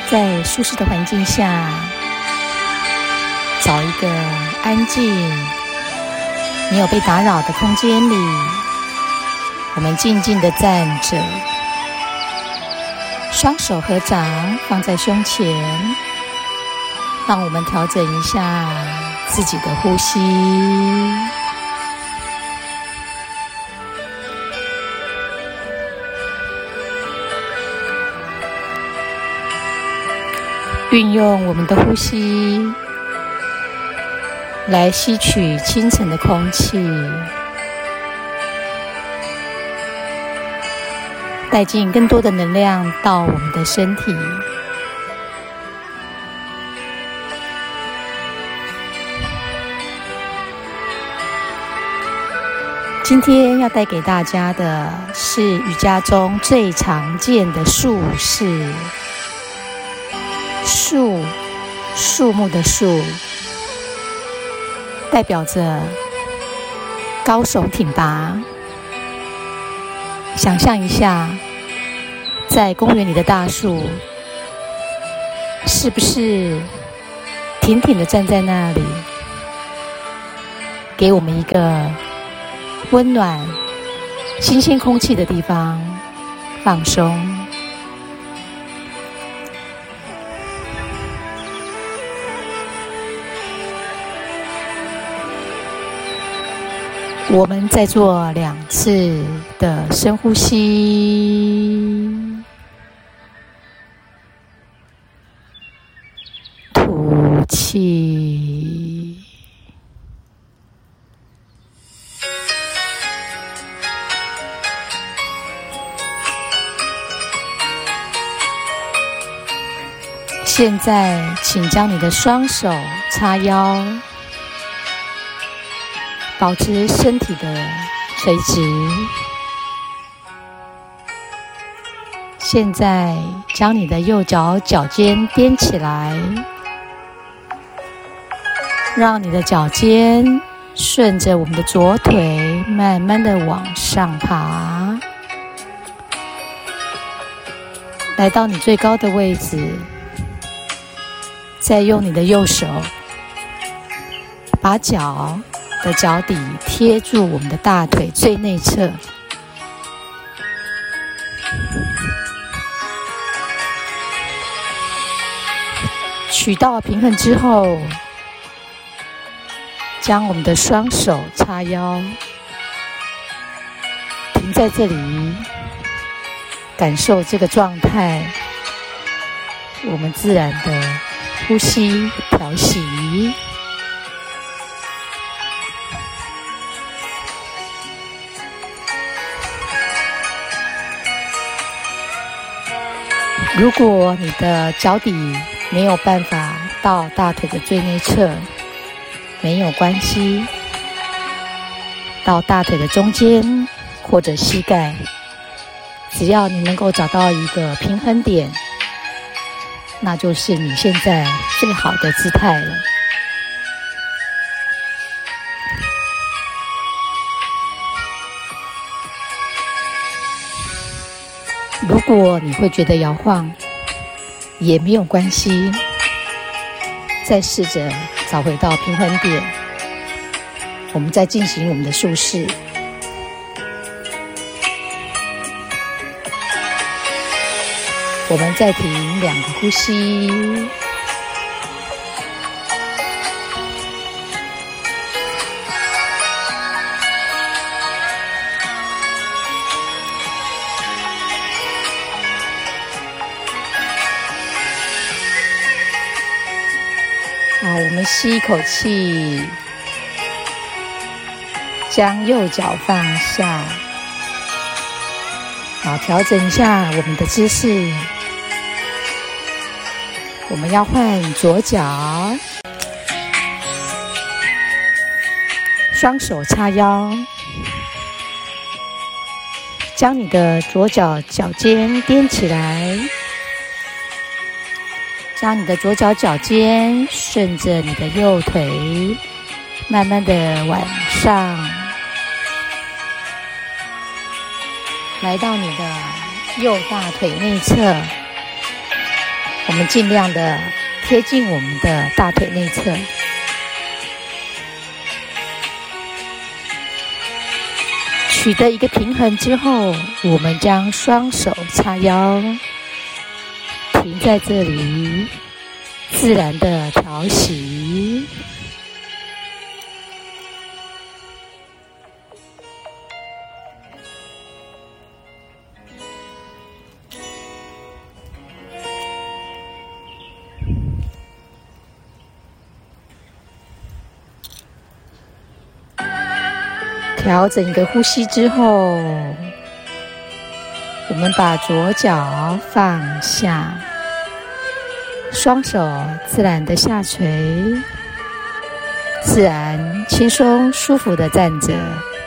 在舒适的环境下，找一个安静、没有被打扰的空间里，我们静静地站着，双手合掌放在胸前，让我们调整一下自己的呼吸。运用我们的呼吸来吸取清晨的空气，带进更多的能量到我们的身体。今天要带给大家的是瑜伽中最常见的树式。树木的树，代表着高耸挺拔。想象一下，在公园里的大树，是不是挺挺的站在那里，给我们一个温暖、新鲜空气的地方放松。我们再做2次的深呼吸，吐气。现在，请将你的双手叉腰，保持身体的垂直。现在将你的右脚脚尖踮起来，让你的脚尖顺着我们的左腿慢慢的往上爬，来到你最高的位置。再用你的右手把脚的脚底贴住我们的大腿最内侧，取到平衡之后，将我们的双手叉腰，停在这里，感受这个状态，我们自然的呼吸调息。如果你的脚底没有办法到大腿的最内侧，没有关系，到大腿的中间或者膝盖，只要你能够找到一个平衡点，那就是你现在最好的姿态了。如果你会觉得摇晃，也没有关系，再试着找回到平衡点，我们再进行我们的树式。我们再停2个呼吸。好，我们吸一口气，将右脚放下。好，调整一下我们的姿势。我们要换左脚，双手叉腰，将你的左脚脚尖踮起来，将你的左脚脚尖顺着你的右腿慢慢的往上，来到你的右大腿内侧， 我们尽量的贴近我们的大腿内侧。取得一个平衡之后，我们将双手叉腰，停在这里，自然的调息。调整一个呼吸之后，我们把左脚放下，双手自然的下垂，自然轻松舒服的站着。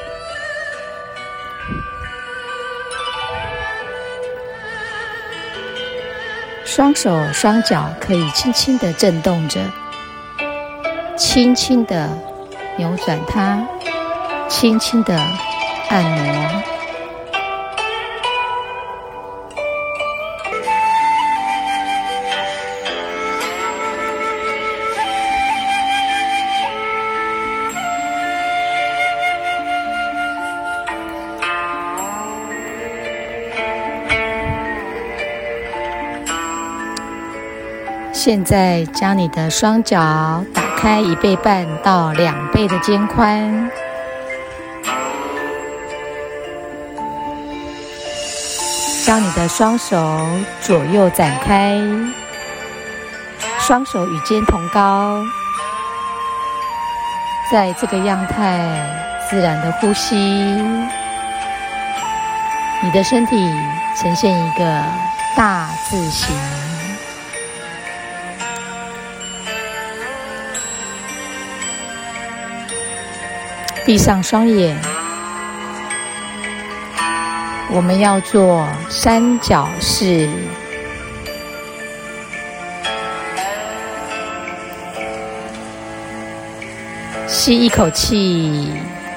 双手双脚可以轻轻的震动着，轻轻的扭转它，轻轻的按摩。现在将你的双脚打开1倍半到2倍的肩宽，将你的双手左右展开，双手与肩同高，在这个样态自然的呼吸，你的身体呈现一个大字形。闭上双眼，我们要做三角式。吸一口气，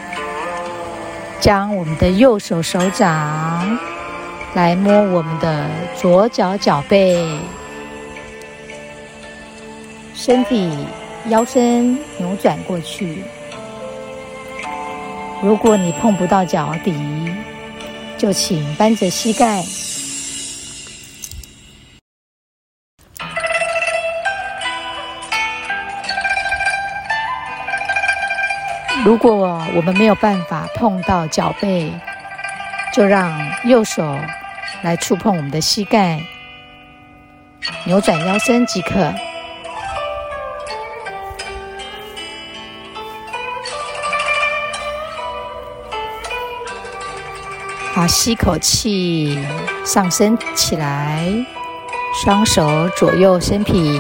将我们的右手手掌来摸我们的左脚脚背，身体腰身扭转过去。如果你碰不到脚底，就请扳着膝盖。如果我们没有办法碰到脚背，就让右手来触碰我们的膝盖，扭转腰身即可。好，吸口气，上身起来，双手左右伸平，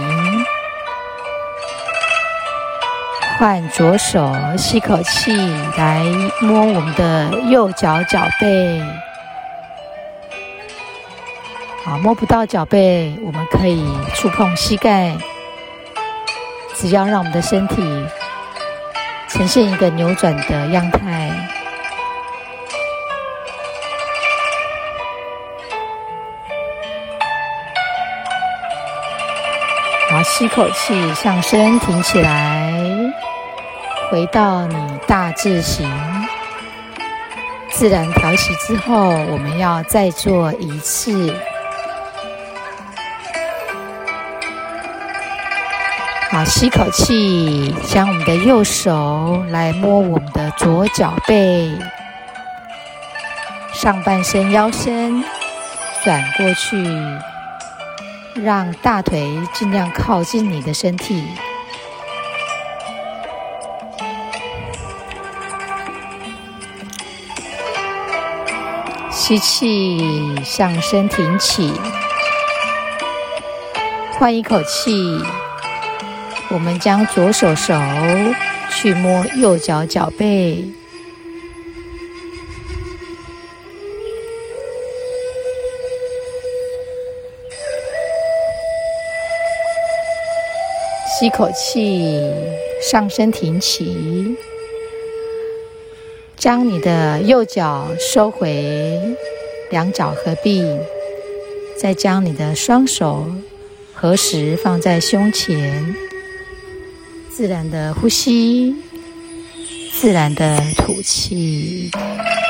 换左手吸口气来摸我们的右脚脚背。好，摸不到脚背，我们可以触碰膝盖，只要让我们的身体呈现一个扭转的样态。好，吸口气，上身挺起来，回到你大字形。自然调息之后，我们要再做一次。好，吸口气，将我们的右手来摸我们的左脚背，上半身腰身转过去，让大腿尽量靠近你的身体。吸气，上身挺起，换一口气，我们将左手去摸右脚脚背，吸口气，上身挺起，将你的右脚收回，两脚合并，再将你的双手合十放在胸前，自然的呼吸，自然的吐气。